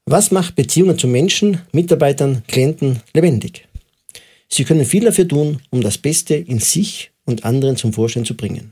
Was macht Beziehungen zu Menschen, Mitarbeitern, Klienten lebendig? Sie können viel dafür tun, um das Beste in sich und anderen zum Vorschein zu bringen.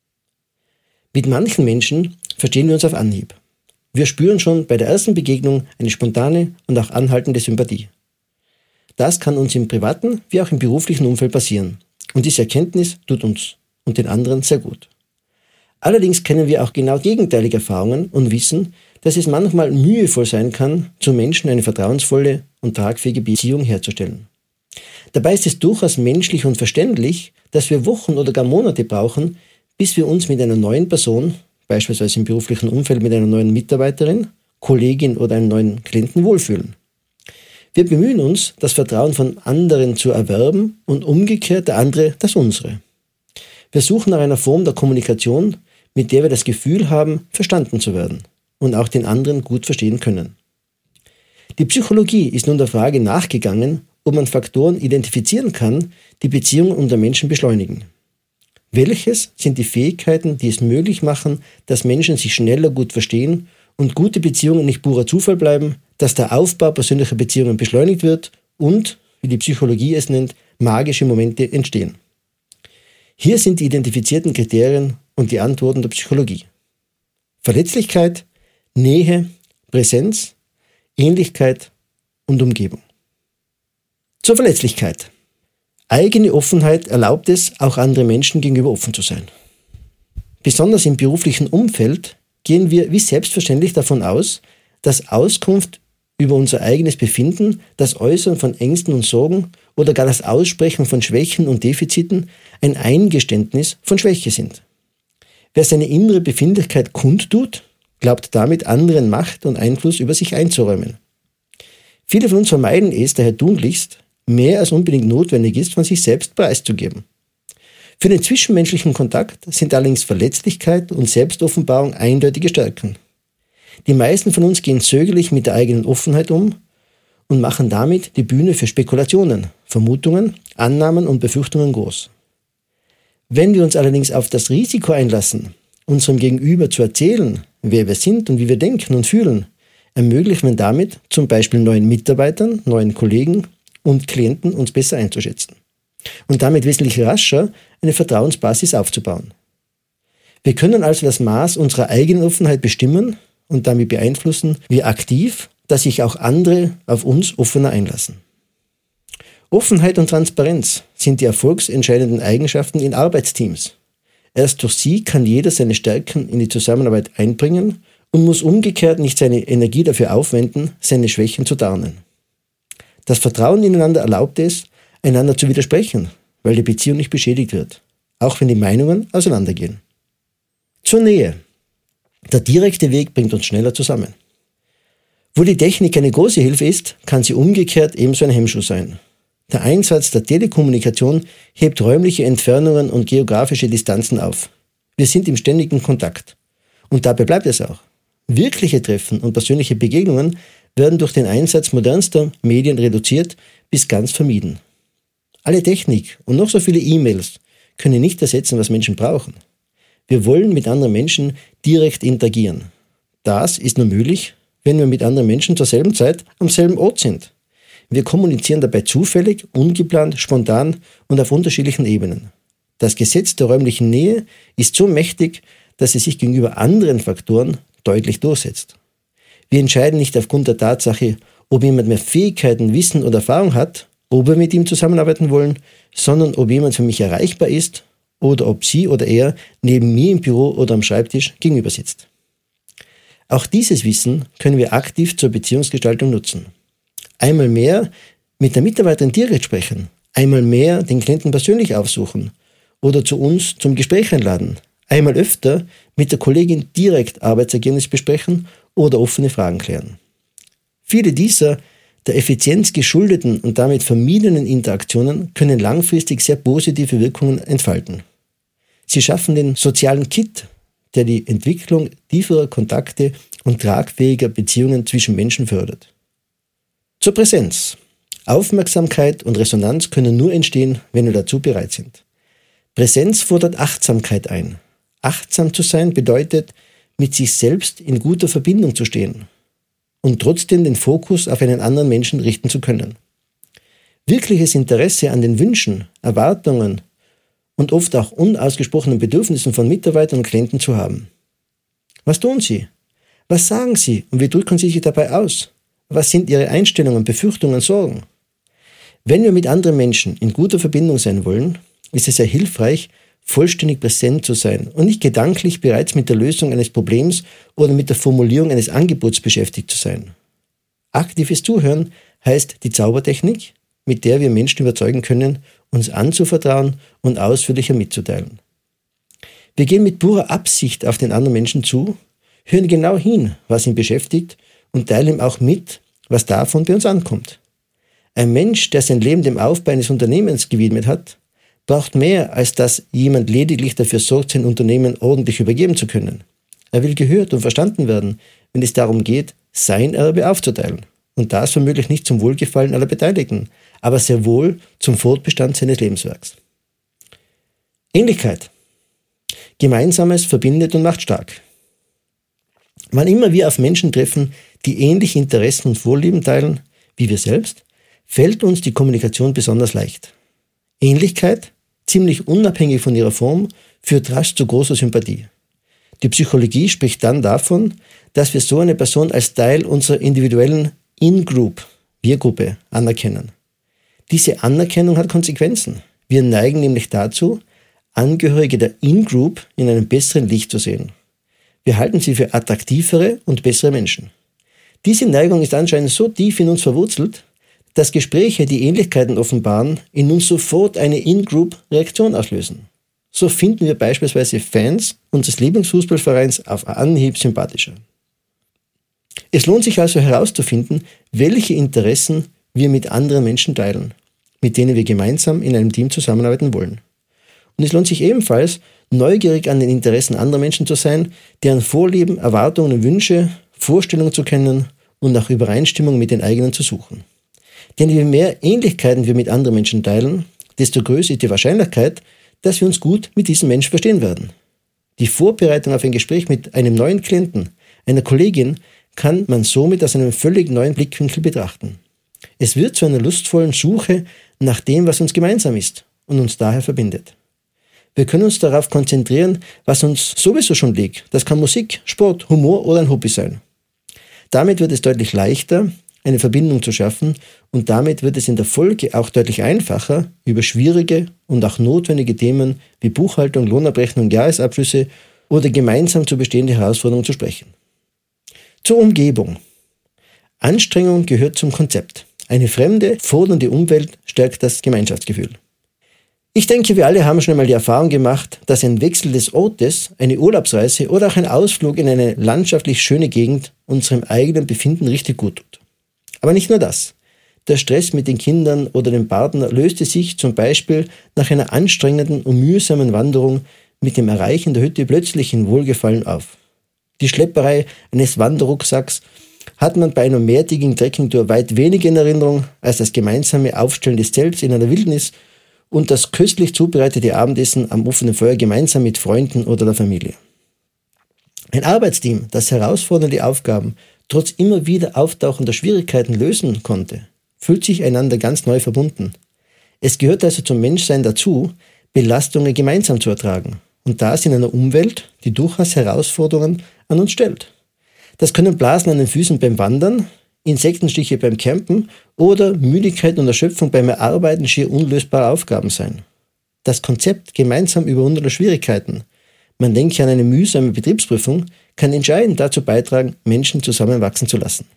Mit manchen Menschen verstehen wir uns auf Anhieb. Wir spüren schon bei der ersten Begegnung eine spontane und auch anhaltende Sympathie. Das kann uns im privaten wie auch im beruflichen Umfeld passieren. Und diese Erkenntnis tut uns und den anderen sehr gut. Allerdings kennen wir auch genau gegenteilige Erfahrungen und wissen, dass es manchmal mühevoll sein kann, zu Menschen eine vertrauensvolle und tragfähige Beziehung herzustellen. Dabei ist es durchaus menschlich und verständlich, dass wir Wochen oder gar Monate brauchen, bis wir uns mit einer neuen Person, beispielsweise im beruflichen Umfeld mit einer neuen Mitarbeiterin, Kollegin oder einem neuen Klienten wohlfühlen. Wir bemühen uns, das Vertrauen von anderen zu erwerben und umgekehrt der andere das unsere. Wir suchen nach einer Form der Kommunikation, mit der wir das Gefühl haben, verstanden zu werden und auch den anderen gut verstehen können. Die Psychologie ist nun der Frage nachgegangen, ob man Faktoren identifizieren kann, die Beziehungen unter Menschen beschleunigen. Welches sind die Fähigkeiten, die es möglich machen, dass Menschen sich schneller gut verstehen und gute Beziehungen nicht purer Zufall bleiben, dass der Aufbau persönlicher Beziehungen beschleunigt wird und, wie die Psychologie es nennt, magische Momente entstehen. Hier sind die identifizierten Kriterien und die Antworten der Psychologie. Verletzlichkeit, Nähe, Präsenz, Ähnlichkeit und Umgebung. Zur Verletzlichkeit. Eigene Offenheit erlaubt es, auch andere Menschen gegenüber offen zu sein. Besonders im beruflichen Umfeld gehen wir wie selbstverständlich davon aus, dass Auskunft über unser eigenes Befinden, das Äußern von Ängsten und Sorgen oder gar das Aussprechen von Schwächen und Defiziten ein Eingeständnis von Schwäche sind. Wer seine innere Befindlichkeit kundtut, glaubt damit anderen Macht und Einfluss über sich einzuräumen. Viele von uns vermeiden es daher tunlichst, mehr als unbedingt notwendig ist, von sich selbst preiszugeben. Für den zwischenmenschlichen Kontakt sind allerdings Verletzlichkeit und Selbstoffenbarung eindeutige Stärken. Die meisten von uns gehen zögerlich mit der eigenen Offenheit um und machen damit die Bühne für Spekulationen, Vermutungen, Annahmen und Befürchtungen groß. Wenn wir uns allerdings auf das Risiko einlassen, unserem Gegenüber zu erzählen, wer wir sind und wie wir denken und fühlen, ermöglichen wir damit zum Beispiel neuen Mitarbeitern, neuen Kollegen und Klienten uns besser einzuschätzen und damit wesentlich rascher eine Vertrauensbasis aufzubauen. Wir können also das Maß unserer eigenen Offenheit bestimmen und damit beeinflussen, wie aktiv, dass sich auch andere auf uns offener einlassen. Offenheit und Transparenz sind die erfolgsentscheidenden Eigenschaften in Arbeitsteams. Erst durch sie kann jeder seine Stärken in die Zusammenarbeit einbringen und muss umgekehrt nicht seine Energie dafür aufwenden, seine Schwächen zu tarnen. Das Vertrauen ineinander erlaubt es, einander zu widersprechen, weil die Beziehung nicht beschädigt wird, auch wenn die Meinungen auseinandergehen. Zur Nähe. Der direkte Weg bringt uns schneller zusammen. Wo die Technik eine große Hilfe ist, kann sie umgekehrt ebenso ein Hemmschuh sein. Der Einsatz der Telekommunikation hebt räumliche Entfernungen und geografische Distanzen auf. Wir sind im ständigen Kontakt. Und dabei bleibt es auch. Wirkliche Treffen und persönliche Begegnungen werden durch den Einsatz modernster Medien reduziert bis ganz vermieden. Alle Technik und noch so viele E-Mails können nicht ersetzen, was Menschen brauchen. Wir wollen mit anderen Menschen direkt interagieren. Das ist nur möglich, wenn wir mit anderen Menschen zur selben Zeit am selben Ort sind. Wir kommunizieren dabei zufällig, ungeplant, spontan und auf unterschiedlichen Ebenen. Das Gesetz der räumlichen Nähe ist so mächtig, dass es sich gegenüber anderen Faktoren deutlich durchsetzt. Wir entscheiden nicht aufgrund der Tatsache, ob jemand mehr Fähigkeiten, Wissen oder Erfahrung hat, ob wir mit ihm zusammenarbeiten wollen, sondern ob jemand für mich erreichbar ist oder ob sie oder er neben mir im Büro oder am Schreibtisch gegenüber sitzt. Auch dieses Wissen können wir aktiv zur Beziehungsgestaltung nutzen. Einmal mehr mit der Mitarbeiterin direkt sprechen, einmal mehr den Klienten persönlich aufsuchen oder zu uns zum Gespräch einladen, einmal öfter mit der Kollegin direkt Arbeitsergebnisse besprechen oder offene Fragen klären. Viele dieser der Effizienz geschuldeten und damit vermiedenen Interaktionen können langfristig sehr positive Wirkungen entfalten. Sie schaffen den sozialen Kit, der die Entwicklung tieferer Kontakte und tragfähiger Beziehungen zwischen Menschen fördert. Zur Präsenz. Aufmerksamkeit und Resonanz können nur entstehen, wenn wir dazu bereit sind. Präsenz fordert Achtsamkeit ein. Achtsam zu sein bedeutet, mit sich selbst in guter Verbindung zu stehen. und trotzdem den Fokus auf einen anderen Menschen richten zu können. Wirkliches Interesse an den Wünschen, Erwartungen und oft auch unausgesprochenen Bedürfnissen von Mitarbeitern und Klienten zu haben. Was tun sie? Was sagen sie und wie drücken sie sich dabei aus? Was sind ihre Einstellungen, Befürchtungen, Sorgen? Wenn wir mit anderen Menschen in guter Verbindung sein wollen, ist es sehr hilfreich, vollständig präsent zu sein und nicht gedanklich bereits mit der Lösung eines Problems oder mit der Formulierung eines Angebots beschäftigt zu sein. Aktives Zuhören heißt die Zaubertechnik, mit der wir Menschen überzeugen können, uns anzuvertrauen und ausführlicher mitzuteilen. Wir gehen mit purer Absicht auf den anderen Menschen zu, hören genau hin, was ihn beschäftigt und teilen ihm auch mit, was davon bei uns ankommt. Ein Mensch, der sein Leben dem Aufbau eines Unternehmens gewidmet hat, braucht mehr, als dass jemand lediglich dafür sorgt, sein Unternehmen ordentlich übergeben zu können. Er will gehört und verstanden werden, wenn es darum geht, sein Erbe aufzuteilen. Und das womöglich nicht zum Wohlgefallen aller Beteiligten, aber sehr wohl zum Fortbestand seines Lebenswerks. Ähnlichkeit. Gemeinsames verbindet und macht stark. Wann immer wir auf Menschen treffen, die ähnliche Interessen und Vorlieben teilen wie wir selbst, fällt uns die Kommunikation besonders leicht. Ähnlichkeit, ziemlich unabhängig von ihrer Form, führt rasch zu großer Sympathie. Die Psychologie spricht dann davon, dass wir so eine Person als Teil unserer individuellen In-Group, Wir-Gruppe, anerkennen. Diese Anerkennung hat Konsequenzen. Wir neigen nämlich dazu, Angehörige der In-Group in einem besseren Licht zu sehen. Wir halten sie für attraktivere und bessere Menschen. Diese Neigung ist anscheinend so tief in uns verwurzelt, dass Gespräche, die Ähnlichkeiten offenbaren, in uns sofort eine In-Group-Reaktion auslösen. So finden wir beispielsweise Fans unseres Lieblingsfußballvereins auf Anhieb sympathischer. Es lohnt sich also herauszufinden, welche Interessen wir mit anderen Menschen teilen, mit denen wir gemeinsam in einem Team zusammenarbeiten wollen. Und es lohnt sich ebenfalls, neugierig an den Interessen anderer Menschen zu sein, deren Vorlieben, Erwartungen und Wünsche, Vorstellungen zu kennen und nach Übereinstimmung mit den eigenen zu suchen. Denn je mehr Ähnlichkeiten wir mit anderen Menschen teilen, desto größer ist die Wahrscheinlichkeit, dass wir uns gut mit diesem Menschen verstehen werden. Die Vorbereitung auf ein Gespräch mit einem neuen Klienten, einer Kollegin, kann man somit aus einem völlig neuen Blickwinkel betrachten. Es wird zu einer lustvollen Suche nach dem, was uns gemeinsam ist und uns daher verbindet. Wir können uns darauf konzentrieren, was uns sowieso schon liegt. Das kann Musik, Sport, Humor oder ein Hobby sein. Damit wird es deutlich leichter, eine Verbindung zu schaffen und damit wird es in der Folge auch deutlich einfacher, über schwierige und auch notwendige Themen wie Buchhaltung, Lohnabrechnung, Jahresabschlüsse oder gemeinsam zu bestehende Herausforderungen zu sprechen. Zur Umgebung. Anstrengung gehört zum Konzept. Eine fremde, fordernde Umwelt stärkt das Gemeinschaftsgefühl. Ich denke, wir alle haben schon einmal die Erfahrung gemacht, dass ein Wechsel des Ortes, eine Urlaubsreise oder auch ein Ausflug in eine landschaftlich schöne Gegend unserem eigenen Befinden richtig gut tut. Aber nicht nur das. Der Stress mit den Kindern oder dem Partner löste sich zum Beispiel nach einer anstrengenden und mühsamen Wanderung mit dem Erreichen der Hütte plötzlich in Wohlgefallen auf. Die Schlepperei eines Wanderrucksacks hat man bei einer mehrtägigen Trekkingtour weit weniger in Erinnerung als das gemeinsame Aufstellen des Zelts in einer Wildnis und das köstlich zubereitete Abendessen am offenen Feuer gemeinsam mit Freunden oder der Familie. Ein Arbeitsteam, das herausfordernde Aufgaben trotz immer wieder auftauchender Schwierigkeiten lösen konnte, fühlt sich einander ganz neu verbunden. Es gehört also zum Menschsein dazu, Belastungen gemeinsam zu ertragen und das in einer Umwelt, die durchaus Herausforderungen an uns stellt. Das können Blasen an den Füßen beim Wandern, Insektenstiche beim Campen oder Müdigkeit und Erschöpfung beim Erarbeiten schier unlösbarer Aufgaben sein. Das Konzept gemeinsam überwundener Schwierigkeiten, man denke an eine mühsame Betriebsprüfung, kann entscheidend dazu beitragen, Menschen zusammenwachsen zu lassen.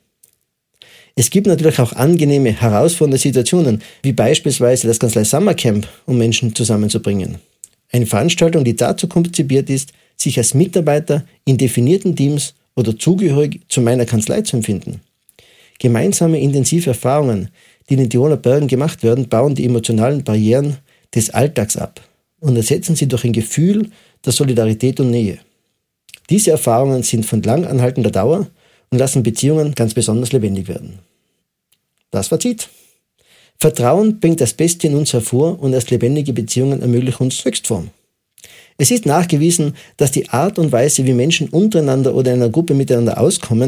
Es gibt natürlich auch angenehme, herausfordernde Situationen, wie beispielsweise das Kanzlei Summercamp, um Menschen zusammenzubringen. Eine Veranstaltung, die dazu konzipiert ist, sich als Mitarbeiter in definierten Teams oder zugehörig zu meiner Kanzlei zu empfinden. Gemeinsame intensive Erfahrungen, die in den Tiroler Bergen gemacht werden, bauen die emotionalen Barrieren des Alltags ab und ersetzen sie durch ein Gefühl der Solidarität und Nähe. Diese Erfahrungen sind von lang anhaltender Dauer und lassen Beziehungen ganz besonders lebendig werden. Das Fazit. Vertrauen bringt das Beste in uns hervor und erst lebendige Beziehungen ermöglichen uns Höchstform. Es ist nachgewiesen, dass die Art und Weise, wie Menschen untereinander oder in einer Gruppe miteinander auskommen,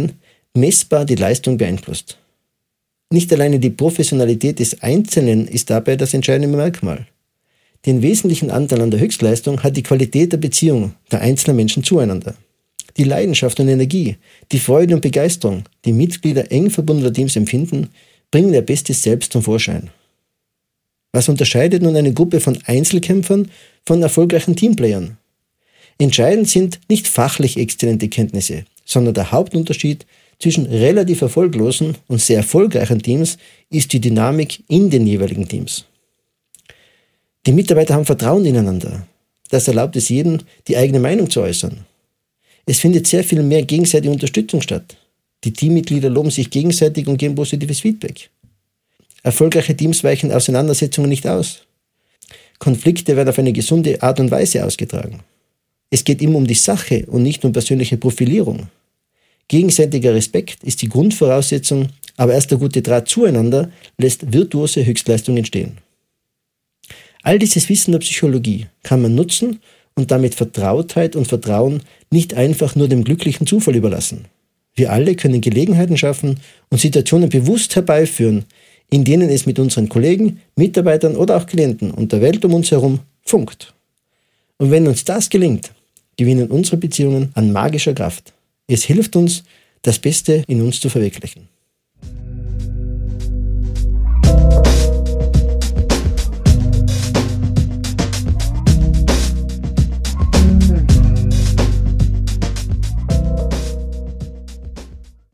messbar die Leistung beeinflusst. Nicht alleine die Professionalität des Einzelnen ist dabei das entscheidende Merkmal. Den wesentlichen Anteil an der Höchstleistung hat die Qualität der Beziehung der einzelnen Menschen zueinander. Die Leidenschaft und Energie, die Freude und Begeisterung, die Mitglieder eng verbundener Teams empfinden, bringen ihr bestes Selbst zum Vorschein. Was unterscheidet nun eine Gruppe von Einzelkämpfern von erfolgreichen Teamplayern? Entscheidend sind nicht fachlich exzellente Kenntnisse, sondern der Hauptunterschied zwischen relativ erfolglosen und sehr erfolgreichen Teams ist die Dynamik in den jeweiligen Teams. Die Mitarbeiter haben Vertrauen ineinander. Das erlaubt es jedem, die eigene Meinung zu äußern. Es findet sehr viel mehr gegenseitige Unterstützung statt. Die Teammitglieder loben sich gegenseitig und geben positives Feedback. Erfolgreiche Teams weichen Auseinandersetzungen nicht aus. Konflikte werden auf eine gesunde Art und Weise ausgetragen. Es geht immer um die Sache und nicht um persönliche Profilierung. Gegenseitiger Respekt ist die Grundvoraussetzung, aber erst der gute Draht zueinander lässt virtuose Höchstleistung entstehen. All dieses Wissen der Psychologie kann man nutzen und damit Vertrautheit und Vertrauen nicht einfach nur dem glücklichen Zufall überlassen. Wir alle können Gelegenheiten schaffen und Situationen bewusst herbeiführen, in denen es mit unseren Kollegen, Mitarbeitern oder auch Klienten und der Welt um uns herum funkt. Und wenn uns das gelingt, gewinnen unsere Beziehungen an magischer Kraft. Es hilft uns, das Beste in uns zu verwirklichen.